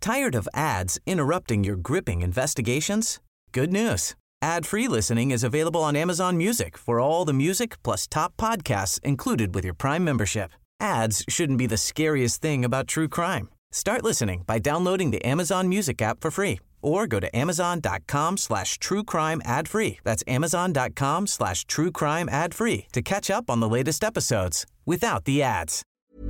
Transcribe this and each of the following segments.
Tired of ads interrupting your gripping investigations? Good news. Ad-free listening is available on Amazon Music for all the music plus top podcasts included with your Prime membership. Ads shouldn't be the scariest thing about true crime. Start listening by downloading the Amazon Music app for free or go to amazon.com/truecrime ad-free. That's amazon.com/truecrime ad-free to catch up on the latest episodes without the ads.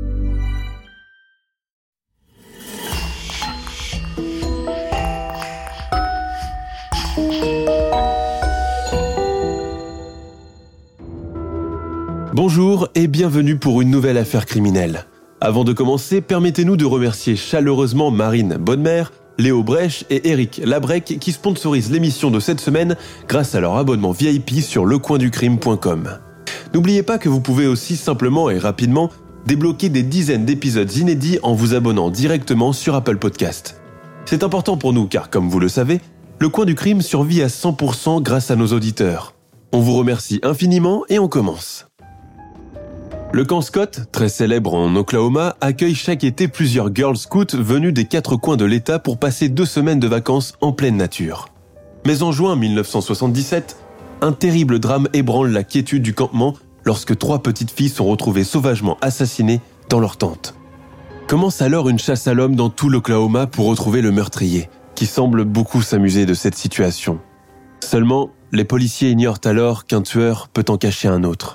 Bonjour et bienvenue pour une nouvelle affaire criminelle. Avant de commencer, permettez-nous de remercier chaleureusement Marine Bonnemère, Léo Brèche et Eric Labrec qui sponsorisent l'émission de cette semaine grâce à leur abonnement VIP sur lecoinducrime.com. N'oubliez pas que vous pouvez aussi simplement et rapidement débloquer des dizaines d'épisodes inédits en vous abonnant directement sur Apple Podcast. C'est important pour nous car, comme vous le savez, Le Coin du Crime survit à 100% grâce à nos auditeurs. On vous remercie infiniment et on commence. Le camp Scott, très célèbre en Oklahoma, accueille chaque été plusieurs Girl Scouts venus des 4 coins de l'État pour passer 2 semaines de vacances en pleine nature. Mais en juin 1977, un terrible drame ébranle la quiétude du campement lorsque 3 petites filles sont retrouvées sauvagement assassinées dans leur tente. Commence alors une chasse à l'homme dans tout l'Oklahoma pour retrouver le meurtrier, qui semble beaucoup s'amuser de cette situation. Seulement, les policiers ignorent alors qu'un tueur peut en cacher un autre.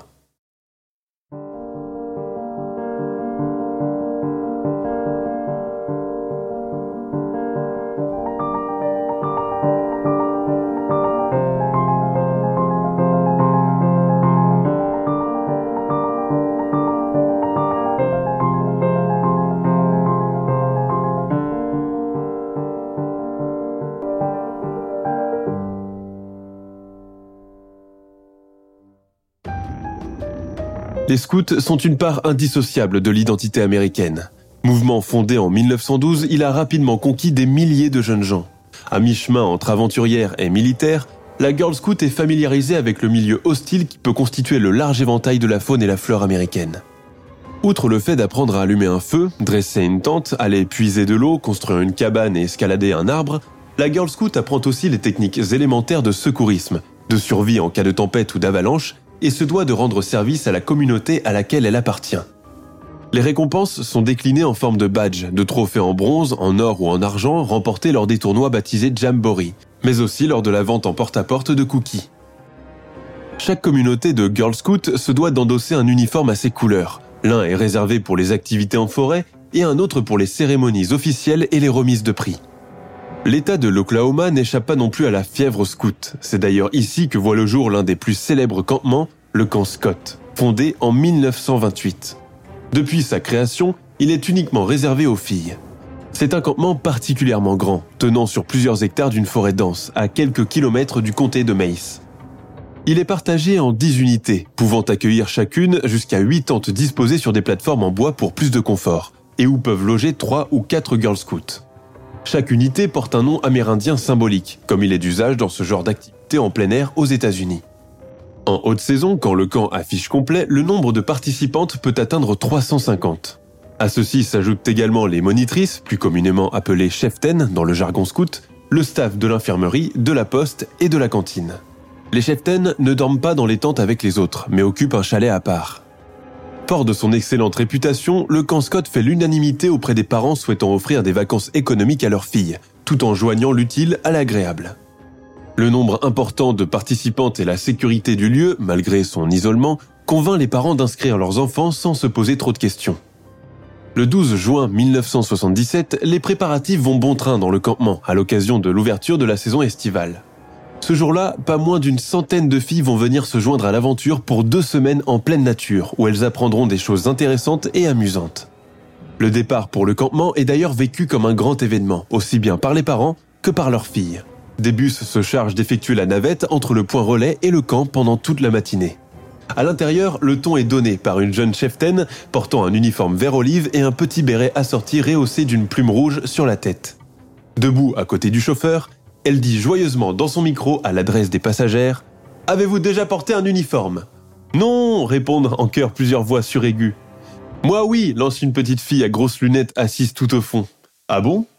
Les scouts sont une part indissociable de l'identité américaine. Mouvement fondé en 1912, il a rapidement conquis des milliers de jeunes gens. À mi-chemin entre aventurière et militaire, la Girl Scout est familiarisée avec le milieu hostile qui peut constituer le large éventail de la faune et la flore américaine. Outre le fait d'apprendre à allumer un feu, dresser une tente, aller puiser de l'eau, construire une cabane et escalader un arbre, la Girl Scout apprend aussi les techniques élémentaires de secourisme, de survie en cas de tempête ou d'avalanche, et se doit de rendre service à la communauté à laquelle elle appartient. Les récompenses sont déclinées en forme de badges, de trophées en bronze, en or ou en argent remportés lors des tournois baptisés Jamboree, mais aussi lors de la vente en porte-à-porte de cookies. Chaque communauté de Girl Scouts se doit d'endosser un uniforme à ses couleurs. L'un est réservé pour les activités en forêt et un autre pour les cérémonies officielles et les remises de prix. L'État de l'Oklahoma n'échappe pas non plus à la fièvre scout. C'est d'ailleurs ici que voit le jour l'un des plus célèbres campements, le camp Scott, fondé en 1928. Depuis sa création, il est uniquement réservé aux filles. C'est un campement particulièrement grand, tenant sur plusieurs hectares d'une forêt dense, à quelques kilomètres du comté de Mace. Il est partagé en 10 unités, pouvant accueillir chacune jusqu'à 8 tentes disposées sur des plateformes en bois pour plus de confort, et où peuvent loger 3 ou 4 Girl Scouts. Chaque unité porte un nom amérindien symbolique, comme il est d'usage dans ce genre d'activité en plein air aux États-Unis. En haute saison, quand le camp affiche complet, le nombre de participantes peut atteindre 350. À ceci s'ajoutent également les monitrices, plus communément appelées cheftaines dans le jargon scout, le staff de l'infirmerie, de la poste et de la cantine. Les cheftaines ne dorment pas dans les tentes avec les autres, mais occupent un chalet à part. Fort de son excellente réputation, le camp Scott fait l'unanimité auprès des parents souhaitant offrir des vacances économiques à leurs filles, tout en joignant l'utile à l'agréable. Le nombre important de participantes et la sécurité du lieu, malgré son isolement, convainc les parents d'inscrire leurs enfants sans se poser trop de questions. Le 12 juin 1977, les préparatifs vont bon train dans le campement à l'occasion de l'ouverture de la saison estivale. Ce jour-là, pas moins d'une centaine de filles vont venir se joindre à l'aventure pour 2 semaines en pleine nature, où elles apprendront des choses intéressantes et amusantes. Le départ pour le campement est d'ailleurs vécu comme un grand événement, aussi bien par les parents que par leurs filles. Des bus se chargent d'effectuer la navette entre le point relais et le camp pendant toute la matinée. À l'intérieur, le ton est donné par une jeune cheftaine portant un uniforme vert olive et un petit béret assorti rehaussé d'une plume rouge sur la tête. Debout à côté du chauffeur, elle dit joyeusement dans son micro à l'adresse des passagères « Avez-vous déjà porté un uniforme ?» « Non !» répondent en chœur plusieurs voix suraiguës. « Moi oui !» lance une petite fille à grosses lunettes assise tout au fond. « Ah bon ?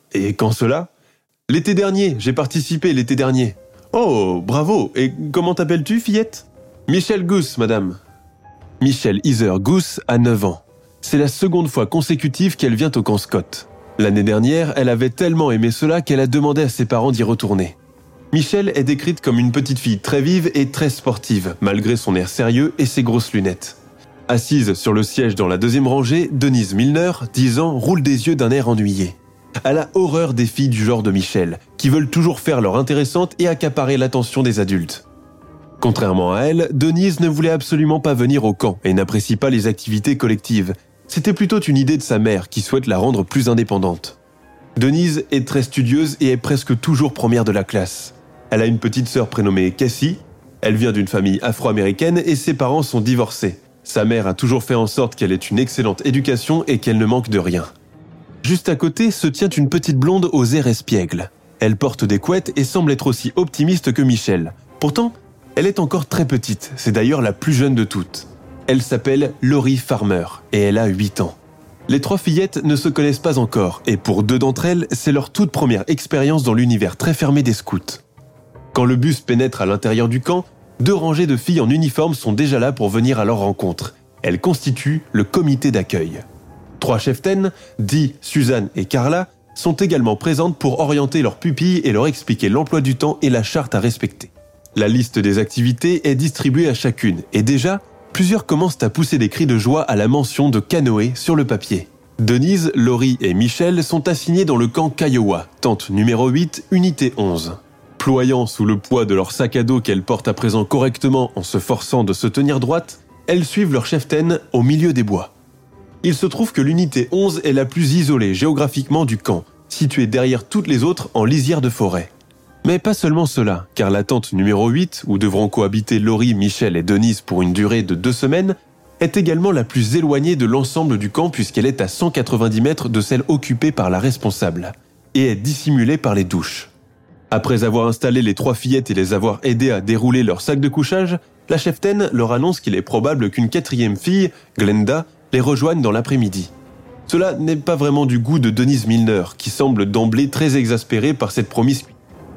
Et quand cela ? L'été dernier, j'ai participé l'été dernier. Oh, bravo. Et comment t'appelles-tu, fillette ? Michelle Goose, madame. Michelle Heather Goose a 9 ans. C'est la seconde fois consécutive qu'elle vient au camp Scott. L'année dernière, elle avait tellement aimé cela qu'elle a demandé à ses parents d'y retourner. Michelle est décrite comme une petite fille très vive et très sportive, malgré son air sérieux et ses grosses lunettes. Assise sur le siège dans la deuxième rangée, Denise Milner, 10 ans, roule des yeux d'un air ennuyé. Elle a horreur des filles du genre de Michelle, qui veulent toujours faire leur intéressante et accaparer l'attention des adultes. Contrairement à elle, Denise ne voulait absolument pas venir au camp et n'apprécie pas les activités collectives. C'était plutôt une idée de sa mère qui souhaite la rendre plus indépendante. Denise est très studieuse et est presque toujours première de la classe. Elle a une petite sœur prénommée Cassie. Elle vient d'une famille afro-américaine et ses parents sont divorcés. Sa mère a toujours fait en sorte qu'elle ait une excellente éducation et qu'elle ne manque de rien. Juste à côté se tient une petite blonde aux airs espiègles. Elle porte des couettes et semble être aussi optimiste que Michelle. Pourtant, elle est encore très petite, c'est d'ailleurs la plus jeune de toutes. Elle s'appelle Laurie Farmer et elle a 8 ans. Les 3 fillettes ne se connaissent pas encore et pour 2 d'entre elles, c'est leur toute première expérience dans l'univers très fermé des scouts. Quand le bus pénètre à l'intérieur du camp, 2 rangées de filles en uniforme sont déjà là pour venir à leur rencontre. Elles constituent le comité d'accueil. 3 cheftaines, Dee, Suzanne et Carla, sont également présentes pour orienter leurs pupilles et leur expliquer l'emploi du temps et la charte à respecter. La liste des activités est distribuée à chacune et déjà, plusieurs commencent à pousser des cris de joie à la mention de canoë sur le papier. Denise, Laurie et Michelle sont assignées dans le camp Kiowa, tente numéro 8, unité 11. Ployant sous le poids de leur sac à dos qu'elles portent à présent correctement en se forçant de se tenir droite, elles suivent leur cheftaine au milieu des bois. Il se trouve que l'unité 11 est la plus isolée géographiquement du camp, située derrière toutes les autres en lisière de forêt. Mais pas seulement cela, car la tente numéro 8, où devront cohabiter Laurie, Michelle et Denise pour une durée de 2 semaines, est également la plus éloignée de l'ensemble du camp puisqu'elle est à 190 mètres de celle occupée par la responsable, et est dissimulée par les douches. Après avoir installé les 3 fillettes et les avoir aidées à dérouler leur sac de couchage, la cheftaine leur annonce qu'il est probable qu'une 4e fille, Glenda, les rejoigne dans l'après-midi. Cela n'est pas vraiment du goût de Denise Milner, qui semble d'emblée très exaspérée par cette promiscuité.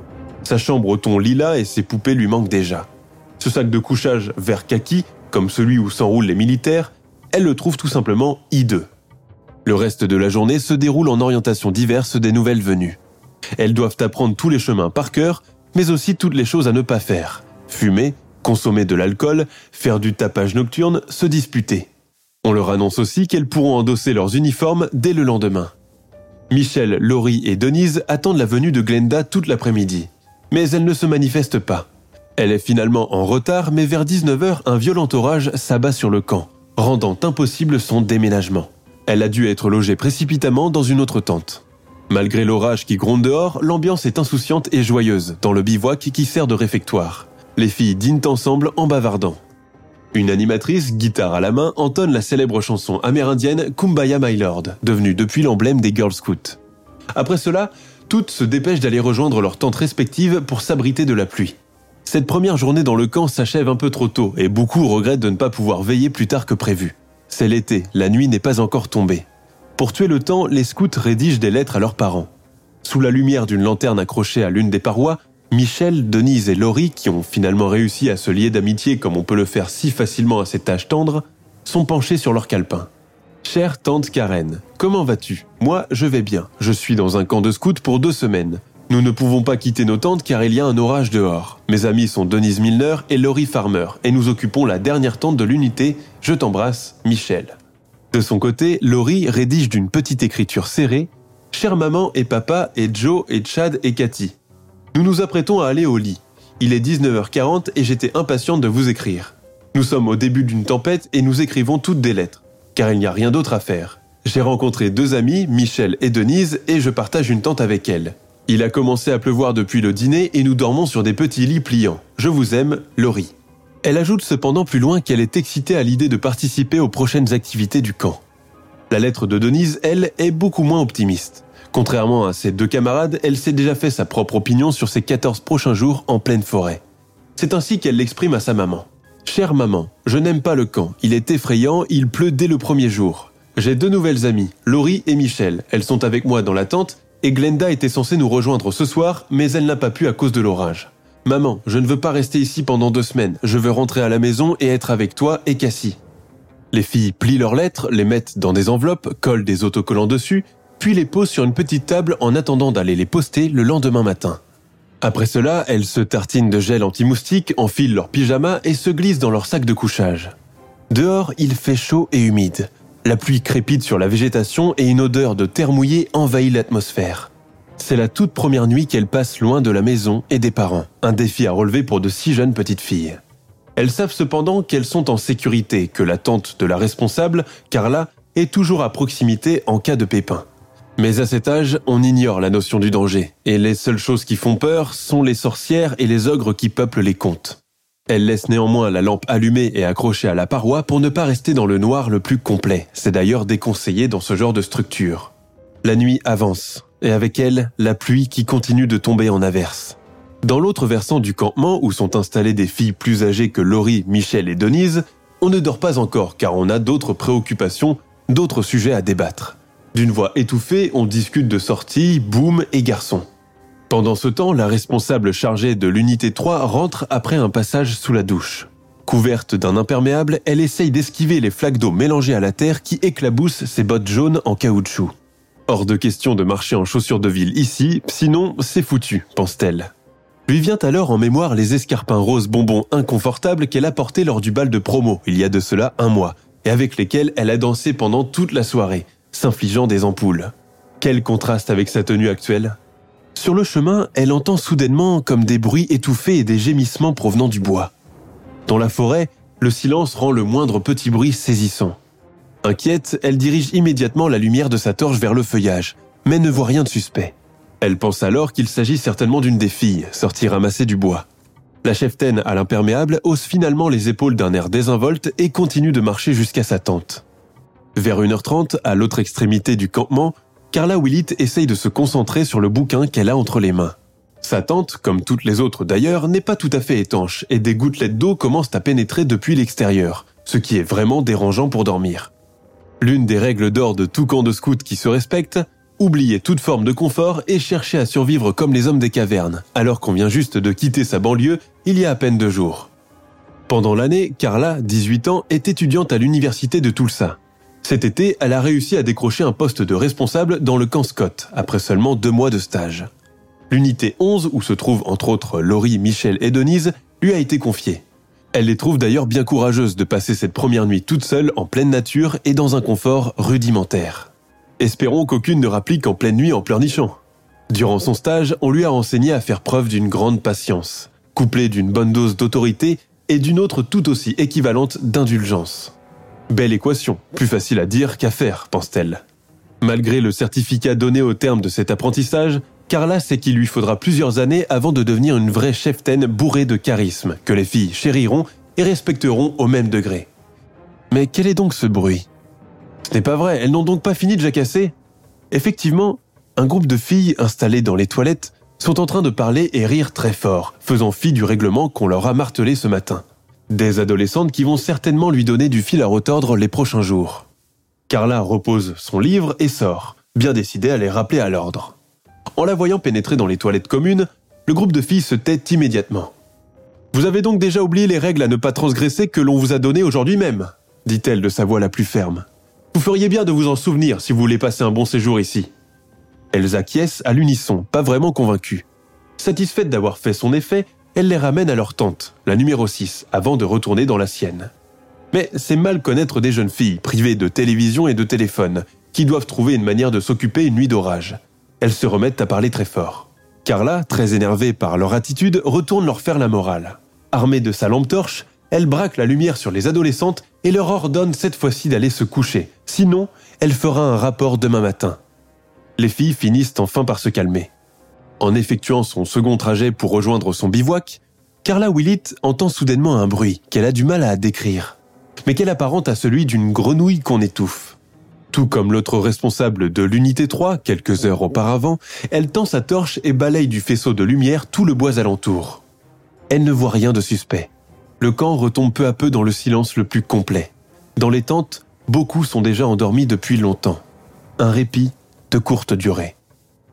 Sa chambre au ton lilas et ses poupées lui manquent déjà. Ce sac de couchage vert kaki, comme celui où s'enroulent les militaires, elle le trouve tout simplement hideux. Le reste de la journée se déroule en orientations diverses des nouvelles venues. Elles doivent apprendre tous les chemins par cœur, mais aussi toutes les choses à ne pas faire. Fumer, consommer de l'alcool, faire du tapage nocturne, se disputer. On leur annonce aussi qu'elles pourront endosser leurs uniformes dès le lendemain. Michelle, Laurie et Denise attendent la venue de Glenda toute l'après-midi. Mais elle ne se manifeste pas. Elle est finalement en retard, mais vers 19h, un violent orage s'abat sur le camp, rendant impossible son déménagement. Elle a dû être logée précipitamment dans une autre tente. Malgré l'orage qui gronde dehors, l'ambiance est insouciante et joyeuse dans le bivouac qui sert de réfectoire. Les filles dînent ensemble en bavardant. Une animatrice, guitare à la main, entonne la célèbre chanson amérindienne Kumbaya My Lord, devenue depuis l'emblème des Girl Scouts. Après cela, toutes se dépêchent d'aller rejoindre leurs tentes respectives pour s'abriter de la pluie. Cette première journée dans le camp s'achève un peu trop tôt et beaucoup regrettent de ne pas pouvoir veiller plus tard que prévu. C'est l'été, la nuit n'est pas encore tombée. Pour tuer le temps, les scouts rédigent des lettres à leurs parents. Sous la lumière d'une lanterne accrochée à l'une des parois, Michelle, Denise et Laurie, qui ont finalement réussi à se lier d'amitié comme on peut le faire si facilement à cet âge tendre, sont penchés sur leur calepin. « Chère tante Karen, comment vas-tu ? Moi, je vais bien. Je suis dans un camp de scouts pour 2 semaines. Nous ne pouvons pas quitter nos tentes car il y a un orage dehors. Mes amis sont Denise Milner et Laurie Farmer et nous occupons la dernière tente de l'unité. Je t'embrasse, Michelle. » De son côté, Laurie rédige d'une petite écriture serrée « Chère maman et papa et Joe et Chad et Cathy. Nous nous apprêtons à aller au lit. Il est 19h40 et j'étais impatiente de vous écrire. Nous sommes au début d'une tempête et nous écrivons toutes des lettres, car il n'y a rien d'autre à faire. J'ai rencontré 2 amies, Michelle et Denise, et je partage une tente avec elles. Il a commencé à pleuvoir depuis le dîner et nous dormons sur des petits lits pliants. Je vous aime, Laurie. » Elle ajoute cependant plus loin qu'elle est excitée à l'idée de participer aux prochaines activités du camp. La lettre de Denise, elle, est beaucoup moins optimiste. Contrairement à ses 2 camarades, elle s'est déjà fait sa propre opinion sur ses 14 prochains jours en pleine forêt. C'est ainsi qu'elle l'exprime à sa maman. « Chère maman, je n'aime pas le camp. Il est effrayant, il pleut dès le premier jour. J'ai 2 nouvelles amies, Laurie et Michelle. Elles sont avec moi dans la tente et Glenda était censée nous rejoindre ce soir, mais elle n'a pas pu à cause de l'orage. Maman, je ne veux pas rester ici pendant 2 semaines. Je veux rentrer à la maison et être avec toi et Cassie. » Les filles plient leurs lettres, les mettent dans des enveloppes, collent des autocollants dessus, puis les posent sur une petite table en attendant d'aller les poster le lendemain matin. Après cela, elles se tartinent de gel anti-moustique, enfilent leurs pyjamas et se glissent dans leur sac de couchage. Dehors, il fait chaud et humide. La pluie crépite sur la végétation et une odeur de terre mouillée envahit l'atmosphère. C'est la toute première nuit qu'elles passent loin de la maison et des parents, un défi à relever pour de si jeunes petites filles. Elles savent cependant qu'elles sont en sécurité, que la tante de la responsable, Carla, est toujours à proximité en cas de pépin. Mais à cet âge, on ignore la notion du danger, et les seules choses qui font peur sont les sorcières et les ogres qui peuplent les contes. Elles laissent néanmoins la lampe allumée et accrochée à la paroi pour ne pas rester dans le noir le plus complet. C'est d'ailleurs déconseillé dans ce genre de structure. La nuit avance, et avec elle, la pluie qui continue de tomber en averse. Dans l'autre versant du campement où sont installées des filles plus âgées que Laurie, Michel et Denise, on ne dort pas encore car on a d'autres préoccupations, d'autres sujets à débattre. D'une voix étouffée, on discute de sorties, boum et garçons. Pendant ce temps, la responsable chargée de l'unité 3 rentre après un passage sous la douche. Couverte d'un imperméable, elle essaye d'esquiver les flaques d'eau mélangées à la terre qui éclaboussent ses bottes jaunes en caoutchouc. Hors de question de marcher en chaussures de ville ici, sinon c'est foutu, pense-t-elle. Lui vient alors en mémoire les escarpins roses bonbons inconfortables qu'elle a portés lors du bal de promo, il y a de cela 1 mois, et avec lesquels elle a dansé pendant toute la soirée, s'infligeant des ampoules. Quel contraste avec sa tenue actuelle. Sur le chemin, elle entend soudainement comme des bruits étouffés et des gémissements provenant du bois. Dans la forêt, le silence rend le moindre petit bruit saisissant. Inquiète, elle dirige immédiatement la lumière de sa torche vers le feuillage, mais ne voit rien de suspect. Elle pense alors qu'il s'agit certainement d'une des filles, sortie ramasser du bois. La cheftaine à l'imperméable hausse finalement les épaules d'un air désinvolte et continue de marcher jusqu'à sa tente. Vers 1h30, à l'autre extrémité du campement, Carla Willett essaye de se concentrer sur le bouquin qu'elle a entre les mains. Sa tente, comme toutes les autres d'ailleurs, n'est pas tout à fait étanche et des gouttelettes d'eau commencent à pénétrer depuis l'extérieur, ce qui est vraiment dérangeant pour dormir. L'une des règles d'or de tout camp de scouts qui se respecte, oublier toute forme de confort et chercher à survivre comme les hommes des cavernes, alors qu'on vient juste de quitter sa banlieue il y a à peine 2 jours. Pendant l'année, Carla, 18 ans, est étudiante à l'université de Tulsa. Cet été, elle a réussi à décrocher un poste de responsable dans le camp Scott, après seulement 2 mois de stage. L'unité 11, où se trouvent entre autres Laurie, Michel et Denise, lui a été confiée. Elle les trouve d'ailleurs bien courageuses de passer cette première nuit toute seule en pleine nature et dans un confort rudimentaire. Espérons qu'aucune ne rapplique en pleine nuit en pleurnichant. Durant son stage, on lui a enseigné à faire preuve d'une grande patience, couplée d'une bonne dose d'autorité et d'une autre tout aussi équivalente d'indulgence. Belle équation, plus facile à dire qu'à faire, pense-t-elle. Malgré le certificat donné au terme de cet apprentissage, Carla sait qu'il lui faudra plusieurs années avant de devenir une vraie cheftaine bourrée de charisme, que les filles chériront et respecteront au même degré. Mais quel est donc ce bruit ? Ce n'est pas vrai, elles n'ont donc pas fini de jacasser ? Effectivement, un groupe de filles installées dans les toilettes sont en train de parler et rire très fort, faisant fi du règlement qu'on leur a martelé ce matin. Des adolescentes qui vont certainement lui donner du fil à retordre les prochains jours. Carla repose son livre et sort, bien décidée à les rappeler à l'ordre. En la voyant pénétrer dans les toilettes communes, le groupe de filles se tait immédiatement. « Vous avez donc déjà oublié les règles à ne pas transgresser que l'on vous a données aujourd'hui même » dit-elle de sa voix la plus ferme. « Vous feriez bien de vous en souvenir si vous voulez passer un bon séjour ici. » Elles acquiescent à l'unisson, pas vraiment convaincues. Satisfaite d'avoir fait son effet, elle les ramène à leur tente, la numéro 6, avant de retourner dans la sienne. Mais c'est mal connaître des jeunes filles, privées de télévision et de téléphone, qui doivent trouver une manière de s'occuper une nuit d'orage. Elles se remettent à parler très fort. Carla, très énervée par leur attitude, retourne leur faire la morale. Armée de sa lampe torche, elle braque la lumière sur les adolescentes et leur ordonne cette fois-ci d'aller se coucher. Sinon, elle fera un rapport demain matin. Les filles finissent enfin par se calmer. En effectuant son second trajet pour rejoindre son bivouac, Carla Willett entend soudainement un bruit qu'elle a du mal à décrire, mais qu'elle apparente à celui d'une grenouille qu'on étouffe. Tout comme l'autre responsable de l'unité 3, quelques heures auparavant, elle tend sa torche et balaye du faisceau de lumière tout le bois alentour. Elle ne voit rien de suspect. Le camp retombe peu à peu dans le silence le plus complet. Dans les tentes, beaucoup sont déjà endormis depuis longtemps. Un répit de courte durée.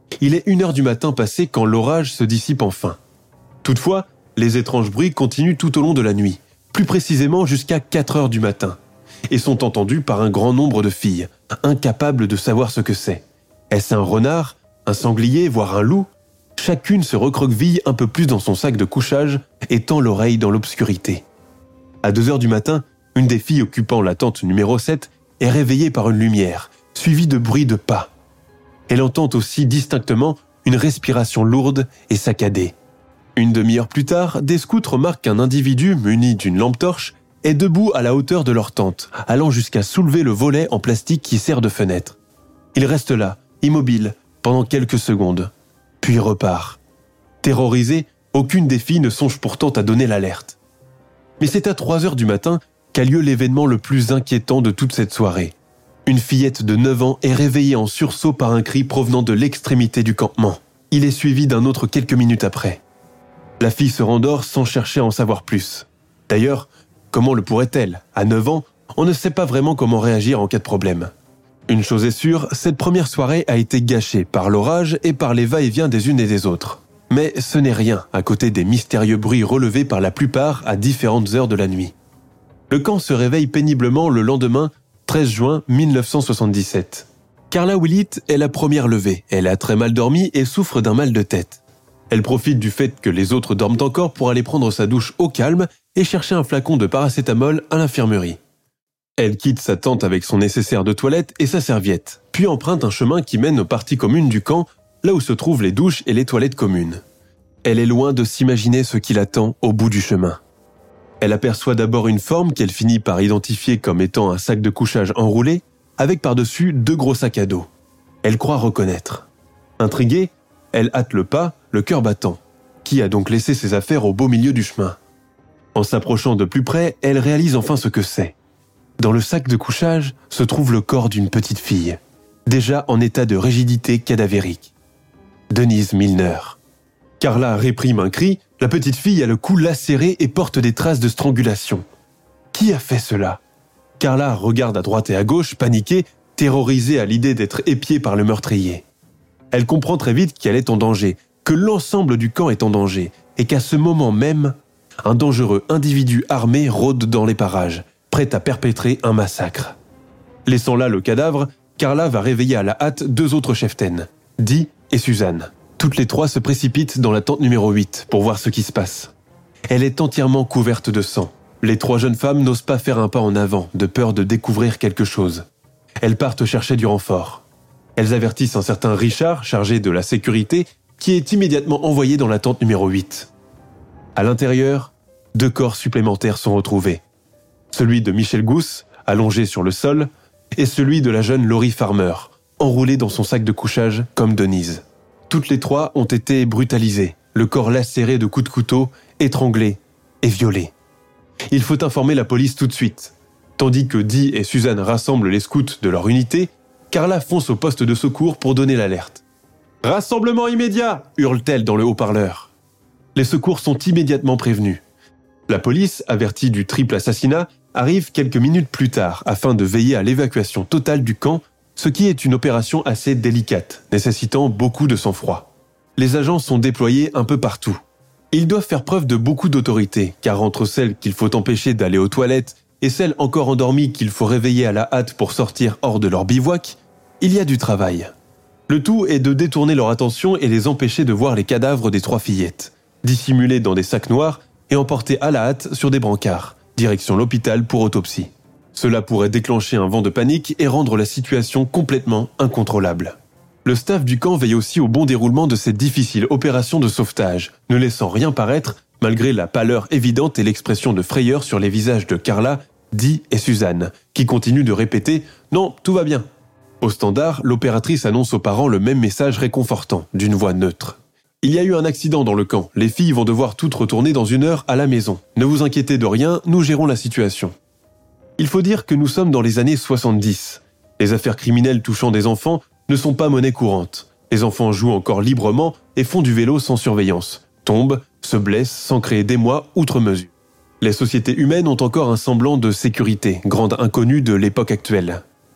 Il est 1h du matin passé quand l'orage se dissipe enfin. Toutefois, les étranges bruits continuent tout au long de la nuit, plus précisément jusqu'à 4h du matin, et sont entendus par un grand nombre de filles, incapables de savoir ce que c'est. Est-ce un renard, un sanglier, voire un loup ? Chacune se recroqueville un peu plus dans son sac de couchage et tend l'oreille dans l'obscurité. À 2h du matin, une des filles occupant la tente numéro 7 est réveillée par une lumière, suivie de bruits de pas. Elle entend aussi distinctement une respiration lourde et saccadée. Une demi-heure plus tard, des scouts remarquent qu'un individu muni d'une lampe torche est debout à la hauteur de leur tente, allant jusqu'à soulever le volet en plastique qui sert de fenêtre. Il reste là, immobile, pendant quelques secondes, puis repart. Terrorisée, aucune des filles ne songe pourtant à donner l'alerte. Mais c'est à 3h du matin qu'a lieu l'événement le plus inquiétant de toute cette soirée. Une fillette de 9 ans est réveillée en sursaut par un cri provenant de l'extrémité du campement. Il est suivi d'un autre quelques minutes après. La fille se rendort sans chercher à en savoir plus. D'ailleurs, comment le pourrait-elle ? À 9 ans, on ne sait pas vraiment comment réagir en cas de problème. Une chose est sûre, cette première soirée a été gâchée par l'orage et par les va-et-vient des unes et des autres. Mais ce n'est rien à côté des mystérieux bruits relevés par la plupart à différentes heures de la nuit. Le camp se réveille péniblement le lendemain, 13 juin 1977. Carla Willett est la première levée. Elle a très mal dormi et souffre d'un mal de tête. Elle profite du fait que les autres dorment encore pour aller prendre sa douche au calme et chercher un flacon de paracétamol à l'infirmerie. Elle quitte sa tente avec son nécessaire de toilette et sa serviette, puis emprunte un chemin qui mène aux parties communes du camp, là où se trouvent les douches et les toilettes communes. Elle est loin de s'imaginer ce qui l'attend au bout du chemin. Elle aperçoit d'abord une forme qu'elle finit par identifier comme étant un sac de couchage enroulé, avec par-dessus 2 gros sacs à dos. Elle croit reconnaître. Intriguée, elle hâte le pas, le cœur battant. Qui a donc laissé ses affaires au beau milieu du chemin ? En s'approchant de plus près, elle réalise enfin ce que c'est. Dans le sac de couchage se trouve le corps d'une petite fille, déjà en état de rigidité cadavérique. Denise Milner. Carla réprime un cri, la petite fille a le cou lacéré et porte des traces de strangulation. Qui a fait cela ? Carla regarde à droite et à gauche, paniquée, terrorisée à l'idée d'être épiée par le meurtrier. Elle comprend très vite qu'elle est en danger, que l'ensemble du camp est en danger, et qu'à ce moment même, un dangereux individu armé rôde dans les parages, prêt à perpétrer un massacre. Laissant là le cadavre, Carla va réveiller à la hâte 2 autres cheftaines, Dee et Suzanne. Toutes les 3 se précipitent dans la tente numéro 8 pour voir ce qui se passe. Elle est entièrement couverte de sang. Les 3 jeunes femmes n'osent pas faire un pas en avant, de peur de découvrir quelque chose. Elles partent chercher du renfort. Elles avertissent un certain Richard, chargé de la sécurité, qui est immédiatement envoyé dans la tente numéro 8. À l'intérieur, 2 corps supplémentaires sont retrouvés. Celui de Michelle Gousse, allongé sur le sol, et celui de la jeune Laurie Farmer, enroulée dans son sac de couchage comme Denise. Toutes les 3 ont été brutalisées, le corps lacéré de coups de couteau, étranglé et violé. Il faut informer la police tout de suite. Tandis que Dee et Suzanne rassemblent les scouts de leur unité, Carla fonce au poste de secours pour donner l'alerte. « Rassemblement immédiat !» hurle-t-elle dans le haut-parleur. Les secours sont immédiatement prévenus. La police, avertie du triple assassinat, arrive quelques minutes plus tard afin de veiller à l'évacuation totale du camp, ce qui est une opération assez délicate, nécessitant beaucoup de sang-froid. Les agents sont déployés un peu partout. Ils doivent faire preuve de beaucoup d'autorité, car entre celles qu'il faut empêcher d'aller aux toilettes et celles encore endormies qu'il faut réveiller à la hâte pour sortir hors de leur bivouac, il y a du travail. Le tout est de détourner leur attention et les empêcher de voir les cadavres des 3 fillettes, dissimulés dans des sacs noirs et emportés à la hâte sur des brancards, direction l'hôpital pour autopsie. Cela pourrait déclencher un vent de panique et rendre la situation complètement incontrôlable. Le staff du camp veille aussi au bon déroulement de cette difficile opération de sauvetage, ne laissant rien paraître, malgré la pâleur évidente et l'expression de frayeur sur les visages de Carla, Dee et Suzanne, qui continuent de répéter « Non, tout va bien ». Au standard, l'opératrice annonce aux parents le même message réconfortant, d'une voix neutre. « Il y a eu un accident dans le camp, les filles vont devoir toutes retourner dans 1 heure à la maison. Ne vous inquiétez de rien, nous gérons la situation. » Il faut dire que nous sommes dans les années 70. Les affaires criminelles touchant des enfants ne sont pas monnaie courante. Les enfants jouent encore librement et font du vélo sans surveillance, tombent, se blessent sans créer d'émoi outre mesure. Les sociétés humaines ont encore un semblant de sécurité, grande inconnue de l'époque actuelle.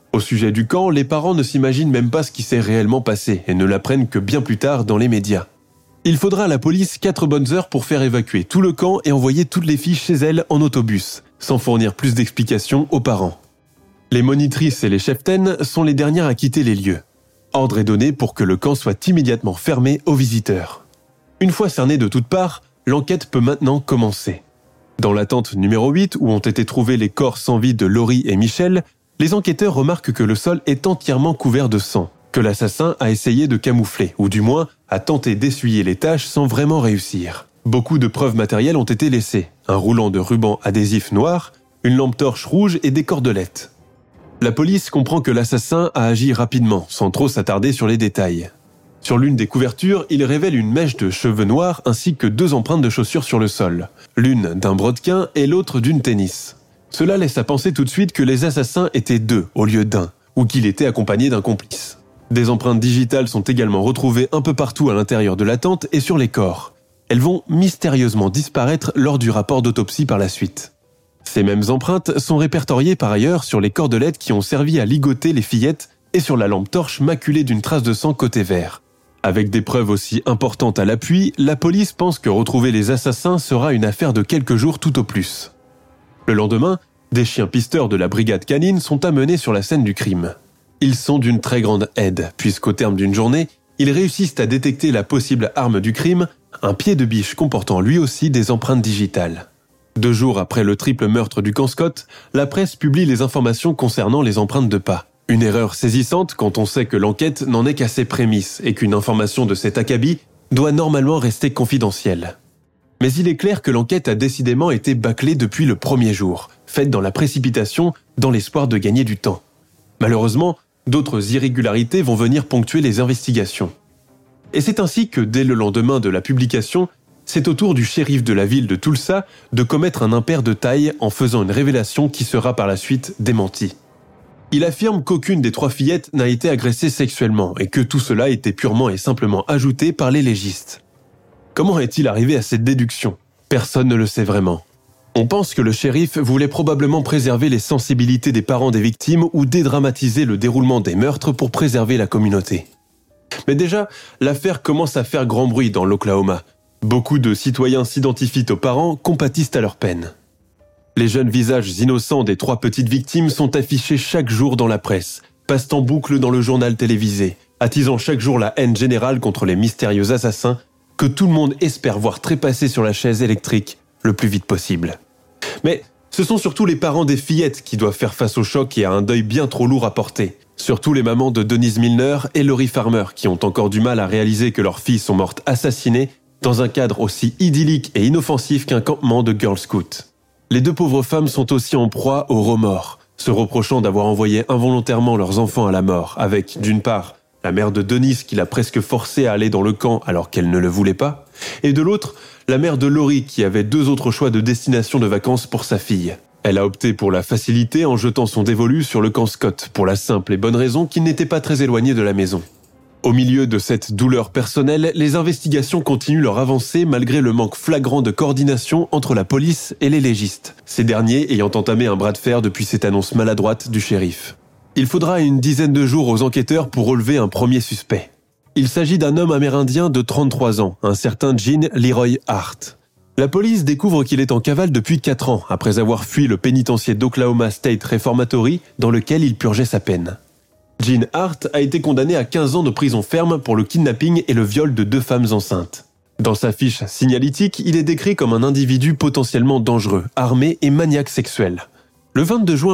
Au sujet du camp, les parents ne s'imaginent même pas ce qui s'est réellement passé et ne l'apprennent que bien plus tard dans les médias. Il faudra à la police 4 bonnes heures pour faire évacuer tout le camp et envoyer toutes les filles chez elles en autobus, sans fournir plus d'explications aux parents. Les monitrices et les cheftaines sont les dernières à quitter les lieux. Ordre est donné pour que le camp soit immédiatement fermé aux visiteurs. Une fois cerné de toutes parts, l'enquête peut maintenant commencer. Dans la tente numéro 8, où ont été trouvés les corps sans vie de Laurie et Michel, les enquêteurs remarquent que le sol est entièrement couvert de sang, que l'assassin a essayé de camoufler, ou du moins a tenté d'essuyer les taches sans vraiment réussir. Beaucoup de preuves matérielles ont été laissées, un roulant de ruban adhésif noir, une lampe torche rouge et des cordelettes. La police comprend que l'assassin a agi rapidement, sans trop s'attarder sur les détails. Sur l'une des couvertures, il révèle une mèche de cheveux noirs ainsi que 2 empreintes de chaussures sur le sol, l'une d'un brodequin et l'autre d'une tennis. Cela laisse à penser tout de suite que les assassins étaient 2 au lieu d'1, ou qu'il était accompagné d'un complice. Des empreintes digitales sont également retrouvées un peu partout à l'intérieur de la tente et sur les corps. Elles vont mystérieusement disparaître lors du rapport d'autopsie par la suite. Ces mêmes empreintes sont répertoriées par ailleurs sur les cordelettes qui ont servi à ligoter les fillettes et sur la lampe torche maculée d'une trace de sang côté vert. Avec des preuves aussi importantes à l'appui, la police pense que retrouver les assassins sera une affaire de quelques jours tout au plus. Le lendemain, des chiens pisteurs de la brigade canine sont amenés sur la scène du crime. Ils sont d'une très grande aide, puisqu'au terme d'une journée, ils réussissent à détecter la possible arme du crime, un pied de biche comportant lui aussi des empreintes digitales. 2 jours après le triple meurtre du camp Scott, la presse publie les informations concernant les empreintes de pas. Une erreur saisissante quand on sait que l'enquête n'en est qu'à ses prémices et qu'une information de cet acabit doit normalement rester confidentielle. Mais il est clair que l'enquête a décidément été bâclée depuis le premier jour, faite dans la précipitation, dans l'espoir de gagner du temps. Malheureusement, d'autres irrégularités vont venir ponctuer les investigations. Et c'est ainsi que dès le lendemain de la publication, c'est au tour du shérif de la ville de Tulsa de commettre un impair de taille en faisant une révélation qui sera par la suite démentie. Il affirme qu'aucune des 3 fillettes n'a été agressée sexuellement et que tout cela était purement et simplement ajouté par les légistes. Comment est-il arrivé à cette déduction ? Personne ne le sait vraiment. On pense que le shérif voulait probablement préserver les sensibilités des parents des victimes ou dédramatiser le déroulement des meurtres pour préserver la communauté. Mais déjà, l'affaire commence à faire grand bruit dans l'Oklahoma. Beaucoup de citoyens s'identifient aux parents, compatissent à leur peine. Les jeunes visages innocents des 3 petites victimes sont affichés chaque jour dans la presse, passent en boucle dans le journal télévisé, attisant chaque jour la haine générale contre les mystérieux assassins que tout le monde espère voir trépasser sur la chaise électrique le plus vite possible. Mais ce sont surtout les parents des fillettes qui doivent faire face au choc et à un deuil bien trop lourd à porter. Surtout les mamans de Denise Milner et Laurie Farmer qui ont encore du mal à réaliser que leurs filles sont mortes assassinées dans un cadre aussi idyllique et inoffensif qu'un campement de Girl Scouts. Les 2 pauvres femmes sont aussi en proie au remords, se reprochant d'avoir envoyé involontairement leurs enfants à la mort, avec, d'une part, la mère de Denise qui l'a presque forcée à aller dans le camp alors qu'elle ne le voulait pas, et de l'autre, la mère de Laurie qui avait 2 autres choix de destination de vacances pour sa fille. Elle a opté pour la facilité en jetant son dévolu sur le camp Scott, pour la simple et bonne raison qu'il n'était pas très éloigné de la maison. Au milieu de cette douleur personnelle, les investigations continuent leur avancée malgré le manque flagrant de coordination entre la police et les légistes, ces derniers ayant entamé un bras de fer depuis cette annonce maladroite du shérif. Il faudra une dizaine de jours aux enquêteurs pour relever un premier suspect. Il s'agit d'un homme amérindien de 33 ans, un certain Gene Leroy Hart. La police découvre qu'il est en cavale depuis 4 ans, après avoir fui le pénitencier d'Oklahoma State Reformatory dans lequel il purgeait sa peine. Gene Hart a été condamné à 15 ans de prison ferme pour le kidnapping et le viol de 2 femmes enceintes. Dans sa fiche signalétique, il est décrit comme un individu potentiellement dangereux, armé et maniaque sexuel. Le 22 juin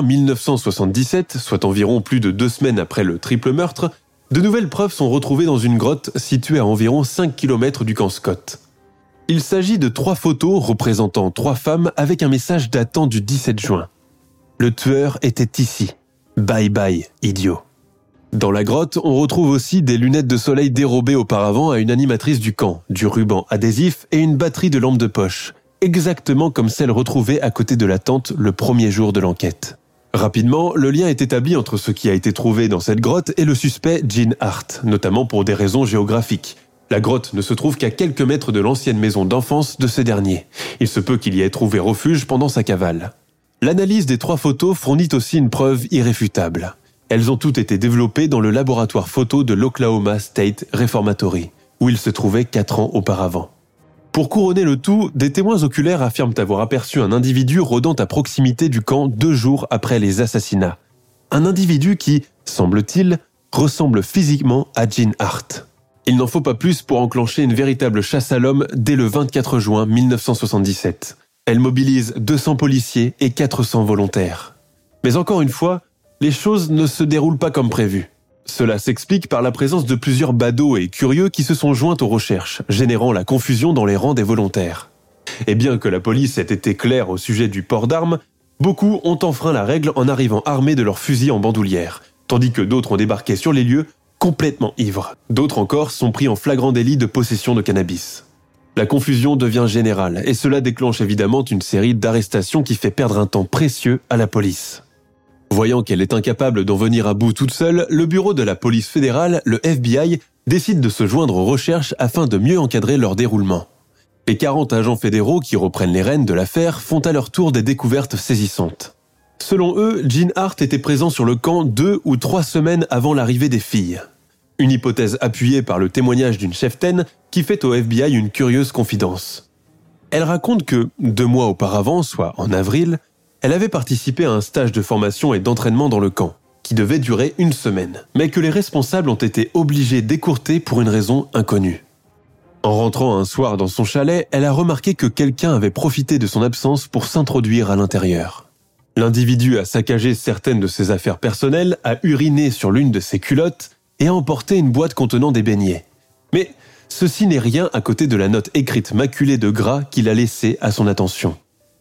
1977, soit environ plus de 2 semaines après le triple meurtre, de nouvelles preuves sont retrouvées dans une grotte située à environ 5 km du camp Scott. Il s'agit de 3 photos représentant 3 femmes avec un message datant du 17 juin. Le tueur était ici. Bye bye, idiot. Dans la grotte, on retrouve aussi des lunettes de soleil dérobées auparavant à une animatrice du camp, du ruban adhésif et une batterie de lampes de poche, exactement comme celles retrouvées à côté de la tente le premier jour de l'enquête. Rapidement, le lien est établi entre ce qui a été trouvé dans cette grotte et le suspect Gene Hart, notamment pour des raisons géographiques. La grotte ne se trouve qu'à quelques mètres de l'ancienne maison d'enfance de ce dernier. Il se peut qu'il y ait trouvé refuge pendant sa cavale. L'analyse des 3 photos fournit aussi une preuve irréfutable. Elles ont toutes été développées dans le laboratoire photo de l'Oklahoma State Reformatory, où il se trouvait 4 ans auparavant. Pour couronner le tout, des témoins oculaires affirment avoir aperçu un individu rôdant à proximité du camp 2 jours après les assassinats. Un individu qui, semble-t-il, ressemble physiquement à Jean Hart. Il n'en faut pas plus pour enclencher une véritable chasse à l'homme dès le 24 juin 1977. Elle mobilise 200 policiers et 400 volontaires. Mais encore une fois, les choses ne se déroulent pas comme prévu. Cela s'explique par la présence de plusieurs badauds et curieux qui se sont joints aux recherches, générant la confusion dans les rangs des volontaires. Et bien que la police ait été claire au sujet du port d'armes, beaucoup ont enfreint la règle en arrivant armés de leurs fusils en bandoulière, tandis que d'autres ont débarqué sur les lieux complètement ivres. D'autres encore sont pris en flagrant délit de possession de cannabis. La confusion devient générale et cela déclenche évidemment une série d'arrestations qui fait perdre un temps précieux à la police. Voyant qu'elle est incapable d'en venir à bout toute seule, le bureau de la police fédérale, le FBI, décide de se joindre aux recherches afin de mieux encadrer leur déroulement. Les 40 agents fédéraux qui reprennent les rênes de l'affaire font à leur tour des découvertes saisissantes. Selon eux, Jean Hart était présent sur le camp 2 ou 3 semaines avant l'arrivée des filles. Une hypothèse appuyée par le témoignage d'une cheftaine qui fait au FBI une curieuse confidence. Elle raconte que, 2 mois auparavant, soit en avril, elle avait participé à un stage de formation et d'entraînement dans le camp, qui devait durer 1 semaine, mais que les responsables ont été obligés d'écourter pour une raison inconnue. En rentrant un soir dans son chalet, elle a remarqué que quelqu'un avait profité de son absence pour s'introduire à l'intérieur. L'individu a saccagé certaines de ses affaires personnelles, a uriné sur l'une de ses culottes et a emporté une boîte contenant des beignets. Mais ceci n'est rien à côté de la note écrite maculée de gras qu'il a laissée à son attention.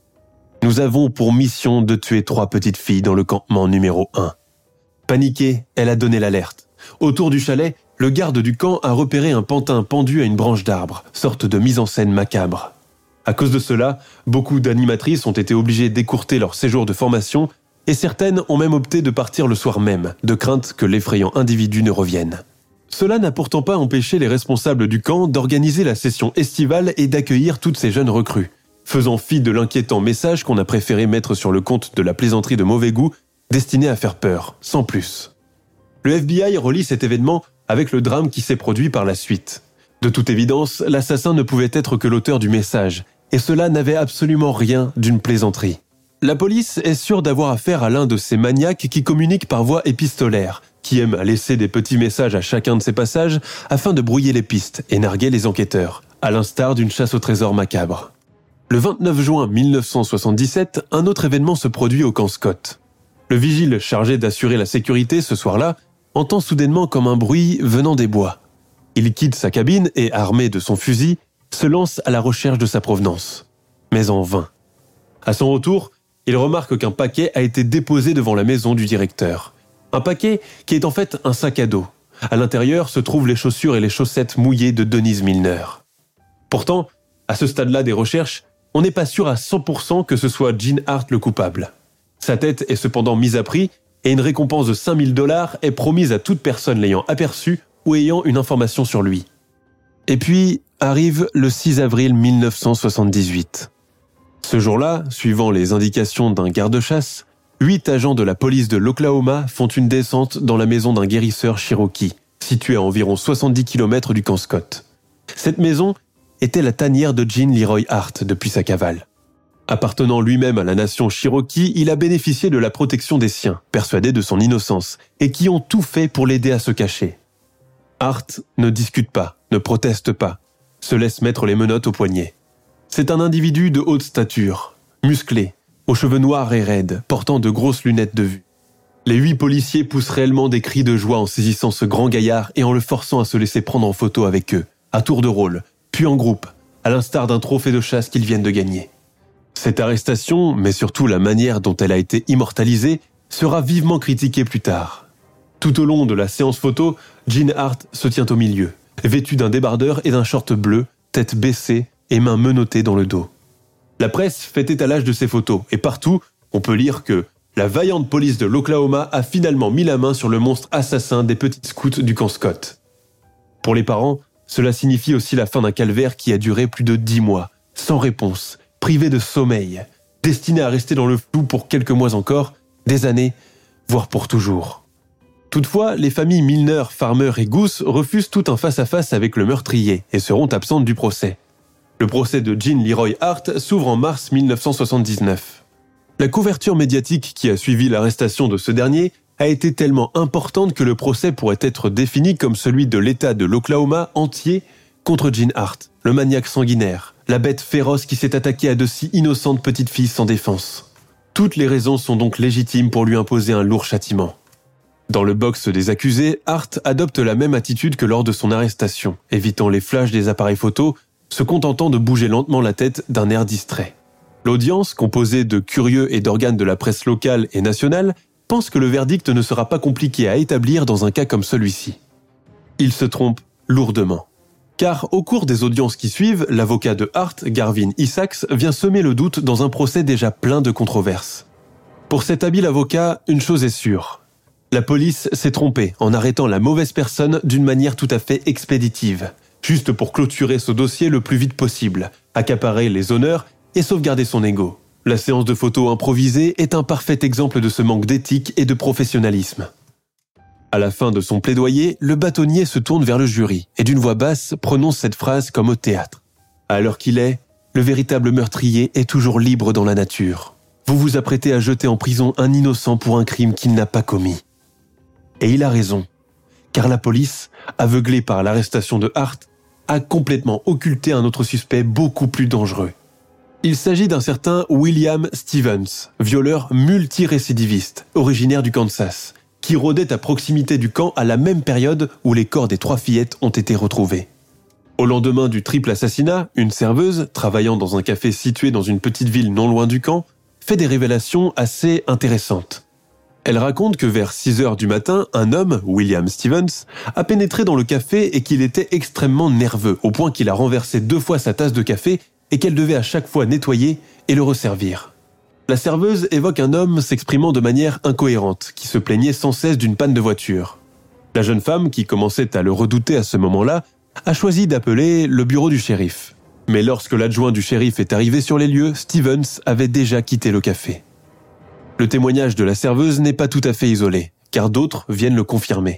Nous avons pour mission de tuer 3 petites filles dans le campement numéro 1. Paniquée, elle a donné l'alerte. Autour du chalet, le garde du camp a repéré un pantin pendu à une branche d'arbre, sorte de mise en scène macabre. À cause de cela, beaucoup d'animatrices ont été obligées d'écourter leur séjour de formation et certaines ont même opté de partir le soir même, de crainte que l'effrayant individu ne revienne. Cela n'a pourtant pas empêché les responsables du camp d'organiser la session estivale et d'accueillir toutes ces jeunes recrues, faisant fi de l'inquiétant message qu'on a préféré mettre sur le compte de la plaisanterie de mauvais goût, destinée à faire peur, sans plus. Le FBI relie cet événement avec le drame qui s'est produit par la suite. De toute évidence, l'assassin ne pouvait être que l'auteur du message, et cela n'avait absolument rien d'une plaisanterie. La police est sûre d'avoir affaire à l'un de ces maniaques qui communiquent par voie épistolaire, qui aime laisser des petits messages à chacun de ses passages afin de brouiller les pistes et narguer les enquêteurs, à l'instar d'une chasse au trésor macabre. Le 29 juin 1977, un autre événement se produit au camp Scott. Le vigile chargé d'assurer la sécurité ce soir-là entend soudainement comme un bruit venant des bois. Il quitte sa cabine et, armé de son fusil, se lance à la recherche de sa provenance. Mais en vain. À son retour, il remarque qu'un paquet a été déposé devant la maison du directeur. Un paquet qui est en fait un sac à dos. À l'intérieur se trouvent les chaussures et les chaussettes mouillées de Denise Milner. Pourtant, à ce stade-là des recherches, on n'est pas sûr à 100% que ce soit Jean Hart le coupable. Sa tête est cependant mise à prix et une récompense de $5 000 est promise à toute personne l'ayant aperçu ou ayant une information sur lui. Et puis arrive le 6 avril 1978. Ce jour-là, suivant les indications d'un garde-chasse, 8 agents de la police de l'Oklahoma font une descente dans la maison d'un guérisseur Cherokee, située à environ 70 km du camp Scott. Cette maison était la tanière de Jean Leroy Hart depuis sa cavale. Appartenant lui-même à la nation Cherokee, il a bénéficié de la protection des siens, persuadés de son innocence, et qui ont tout fait pour l'aider à se cacher. Hart ne discute pas, ne proteste pas, se laisse mettre les menottes aux poignets. C'est un individu de haute stature, musclé, aux cheveux noirs et raides, portant de grosses lunettes de vue. Les 8 policiers poussent réellement des cris de joie en saisissant ce grand gaillard et en le forçant à se laisser prendre en photo avec eux, à tour de rôle, puis en groupe, à l'instar d'un trophée de chasse qu'ils viennent de gagner. Cette arrestation, mais surtout la manière dont elle a été immortalisée, sera vivement critiquée plus tard. Tout au long de la séance photo, Jean Hart se tient au milieu, vêtu d'un débardeur et d'un short bleu, tête baissée et mains menottées dans le dos. La presse fait étalage de ces photos, et partout, on peut lire que la vaillante police de l'Oklahoma a finalement mis la main sur le monstre assassin des petites scouts du camp Scott. Pour les parents, cela signifie aussi la fin d'un calvaire qui a duré plus de 10 mois, sans réponse, privé de sommeil, destiné à rester dans le flou pour quelques mois encore, des années, voire pour toujours. Toutefois, les familles Milner, Farmer et Goose refusent tout un face-à-face avec le meurtrier et seront absentes du procès. Le procès de Gene Leroy Hart s'ouvre en mars 1979. La couverture médiatique qui a suivi l'arrestation de ce dernier a été tellement importante que le procès pourrait être défini comme celui de l'État de l'Oklahoma entier contre Gene Hart, le maniaque sanguinaire, la bête féroce qui s'est attaquée à de si innocentes petites filles sans défense. Toutes les raisons sont donc légitimes pour lui imposer un lourd châtiment. Dans le box des accusés, Hart adopte la même attitude que lors de son arrestation, évitant les flashs des appareils photos, se contentant de bouger lentement la tête d'un air distrait. L'audience, composée de curieux et d'organes de la presse locale et nationale, pense que le verdict ne sera pas compliqué à établir dans un cas comme celui-ci. Il se trompe lourdement. Car au cours des audiences qui suivent, l'avocat de Hart, Garvin Isaacs, vient semer le doute dans un procès déjà plein de controverses. Pour cet habile avocat, une chose est sûre. La police s'est trompée en arrêtant la mauvaise personne d'une manière tout à fait expéditive, juste pour clôturer ce dossier le plus vite possible, accaparer les honneurs et sauvegarder son ego. La séance de photos improvisée est un parfait exemple de ce manque d'éthique et de professionnalisme. À la fin de son plaidoyer, le bâtonnier se tourne vers le jury et d'une voix basse prononce cette phrase comme au théâtre. À l'heure qu'il est, le véritable meurtrier est toujours libre dans la nature. Vous vous apprêtez à jeter en prison un innocent pour un crime qu'il n'a pas commis. Et il a raison, car la police, aveuglée par l'arrestation de Hart, a complètement occulté un autre suspect beaucoup plus dangereux. Il s'agit d'un certain William Stevens, violeur multirécidiviste, originaire du Kansas, qui rôdait à proximité du camp à la même période où les corps des 3 fillettes ont été retrouvés. Au lendemain du triple assassinat, une serveuse, travaillant dans un café situé dans une petite ville non loin du camp, fait des révélations assez intéressantes. Elle raconte que vers 6h du matin, un homme, William Stevens, a pénétré dans le café et qu'il était extrêmement nerveux, au point qu'il a renversé 2 fois sa tasse de café et qu'elle devait à chaque fois nettoyer et le resservir. La serveuse évoque un homme s'exprimant de manière incohérente, qui se plaignait sans cesse d'une panne de voiture. La jeune femme, qui commençait à le redouter à ce moment-là, a choisi d'appeler le bureau du shérif. Mais lorsque l'adjoint du shérif est arrivé sur les lieux, Stevens avait déjà quitté le café. Le témoignage de la serveuse n'est pas tout à fait isolé, car d'autres viennent le confirmer.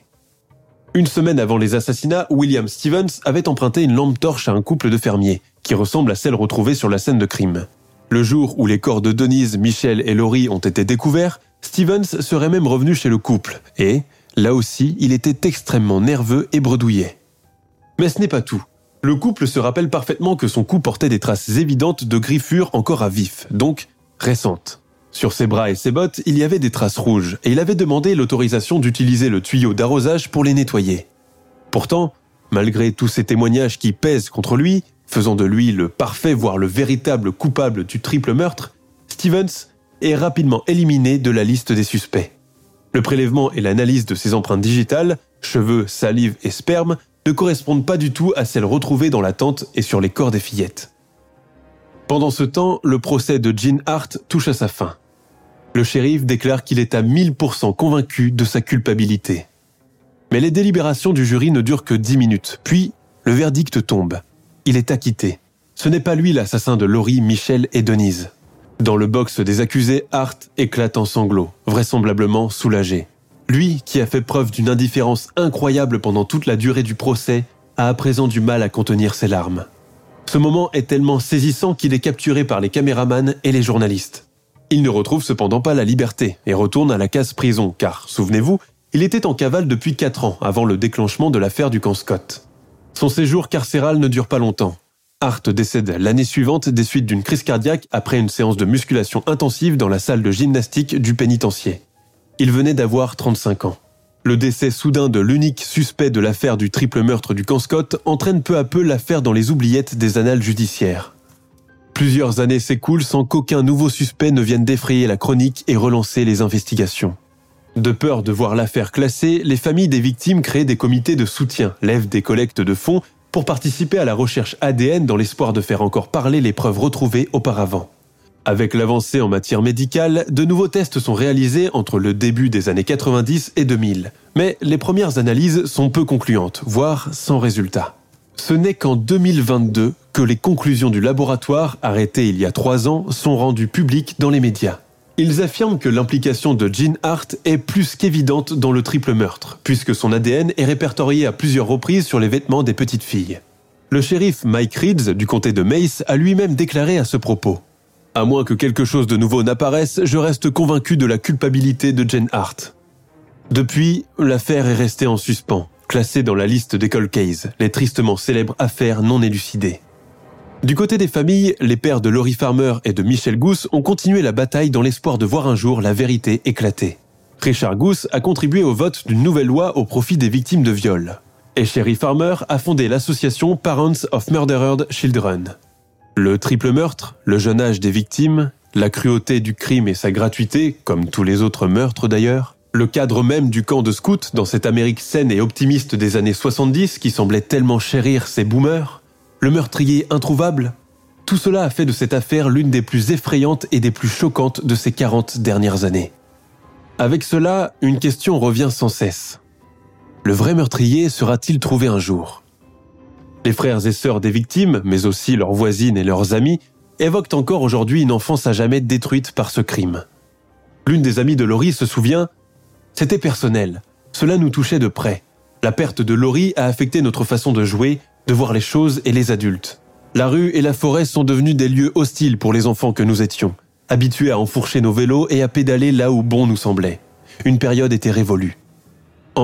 Une semaine avant les assassinats, William Stevens avait emprunté une lampe torche à un couple de fermiers, qui ressemble à celle retrouvée sur la scène de crime. Le jour où les corps de Denise, Michel et Laurie ont été découverts, Stevens serait même revenu chez le couple, et, là aussi, il était extrêmement nerveux et bredouillet. Mais ce n'est pas tout. Le couple se rappelle parfaitement que son cou portait des traces évidentes de griffures encore à vif, donc récentes. Sur ses bras et ses bottes, il y avait des traces rouges, et il avait demandé l'autorisation d'utiliser le tuyau d'arrosage pour les nettoyer. Pourtant, malgré tous ces témoignages qui pèsent contre lui, faisant de lui le parfait, voire le véritable coupable du triple meurtre, Stevens est rapidement éliminé de la liste des suspects. Le prélèvement et l'analyse de ses empreintes digitales, cheveux, salive et sperme, ne correspondent pas du tout à celles retrouvées dans la tente et sur les corps des fillettes. Pendant ce temps, le procès de Gene Hart touche à sa fin. Le shérif déclare qu'il est à 1000% convaincu de sa culpabilité. Mais les délibérations du jury ne durent que 10 minutes, puis le verdict tombe. Il est acquitté. Ce n'est pas lui l'assassin de Laurie, Michel et Denise. Dans le box des accusés, Hart éclate en sanglots, vraisemblablement soulagé. Lui, qui a fait preuve d'une indifférence incroyable pendant toute la durée du procès, a à présent du mal à contenir ses larmes. Ce moment est tellement saisissant qu'il est capturé par les caméramans et les journalistes. Il ne retrouve cependant pas la liberté et retourne à la case prison, car, souvenez-vous, il était en cavale depuis 4 ans avant le déclenchement de l'affaire du camp Scott. Son séjour carcéral ne dure pas longtemps. Hart décède l'année suivante des suites d'une crise cardiaque après une séance de musculation intensive dans la salle de gymnastique du pénitencier. Il venait d'avoir 35 ans. Le décès soudain de l'unique suspect de l'affaire du triple meurtre du camp Scott entraîne peu à peu l'affaire dans les oubliettes des annales judiciaires. Plusieurs années s'écoulent sans qu'aucun nouveau suspect ne vienne défrayer la chronique et relancer les investigations. De peur de voir l'affaire classée, les familles des victimes créent des comités de soutien, lèvent des collectes de fonds pour participer à la recherche ADN dans l'espoir de faire encore parler les preuves retrouvées auparavant. Avec l'avancée en matière médicale, de nouveaux tests sont réalisés entre le début des années 90 et 2000. Mais les premières analyses sont peu concluantes, voire sans résultat. Ce n'est qu'en 2022 que les conclusions du laboratoire, arrêtées il y a 3 ans, sont rendues publiques dans les médias. Ils affirment que l'implication de Jean Hart est plus qu'évidente dans le triple meurtre, puisque son ADN est répertorié à plusieurs reprises sur les vêtements des petites filles. Le shérif Mike Reeds du comté de Mace a lui-même déclaré à ce propos « À moins que quelque chose de nouveau n'apparaisse, je reste convaincu de la culpabilité de Jean Hart. » Depuis, l'affaire est restée en suspens, classée dans la liste des cold cases, les tristement célèbres affaires non élucidées. Du côté des familles, les pères de Lori Farmer et de Michelle Goose ont continué la bataille dans l'espoir de voir un jour la vérité éclater. Richard Goose a contribué au vote d'une nouvelle loi au profit des victimes de viol. Et Sherry Farmer a fondé l'association Parents of Murdered Children. Le triple meurtre, le jeune âge des victimes, la cruauté du crime et sa gratuité, comme tous les autres meurtres d'ailleurs, le cadre même du camp de scouts dans cette Amérique saine et optimiste des années 70 qui semblait tellement chérir ces boomers, le meurtrier introuvable, tout cela a fait de cette affaire l'une des plus effrayantes et des plus choquantes de ces 40 dernières années. Avec cela, une question revient sans cesse. Le vrai meurtrier sera-t-il trouvé un jour ? Les frères et sœurs des victimes, mais aussi leurs voisines et leurs amis, évoquent encore aujourd'hui une enfance à jamais détruite par ce crime. L'une des amies de Lori se souvient « C'était personnel, cela nous touchait de près. La perte de Lori a affecté notre façon de jouer, de voir les choses et les adultes. La rue et la forêt sont devenus des lieux hostiles pour les enfants que nous étions, habitués à enfourcher nos vélos et à pédaler là où bon nous semblait. Une période était révolue. » En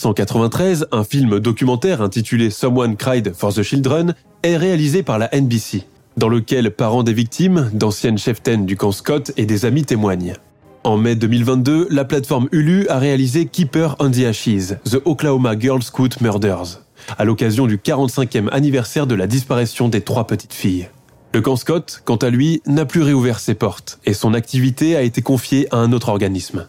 1993, un film documentaire intitulé « Someone Cried for the Children » est réalisé par la NBC, dans lequel parents des victimes, d'anciennes cheftaines du camp Scott et des amis témoignent. En mai 2022, la plateforme Hulu a réalisé Keeper on the Ashes, The Oklahoma Girl Scout Murders, à l'occasion du 45e anniversaire de la disparition des 3 petites filles. Le camp Scott, quant à lui, n'a plus réouvert ses portes et son activité a été confiée à un autre organisme.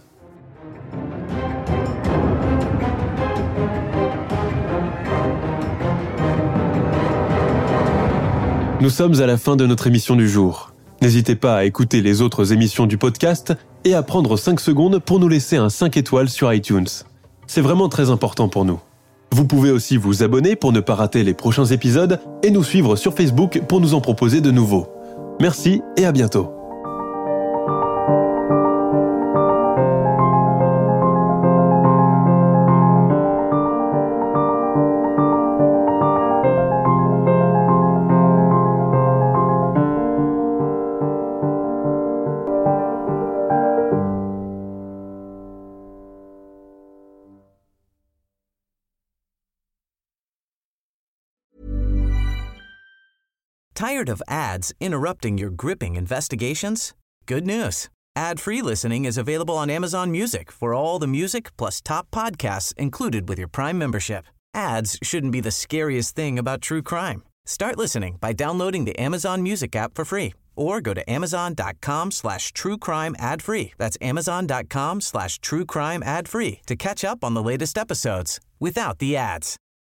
Nous sommes à la fin de notre émission du jour. N'hésitez pas à écouter les autres émissions du podcast et à prendre 5 secondes pour nous laisser un 5 étoiles sur iTunes. C'est vraiment très important pour nous. Vous pouvez aussi vous abonner pour ne pas rater les prochains épisodes et nous suivre sur Facebook pour nous en proposer de nouveaux. Merci et à bientôt. Tired of ads interrupting your gripping investigations? Good news. Ad-free listening is available on Amazon Music for all the music plus top podcasts included with your Prime membership. Ads shouldn't be the scariest thing about true crime. Start listening by downloading the Amazon Music app for free or go to amazon.com/truecrime ad-free. That's amazon.com/truecrime ad-free to catch up on the latest episodes without the ads.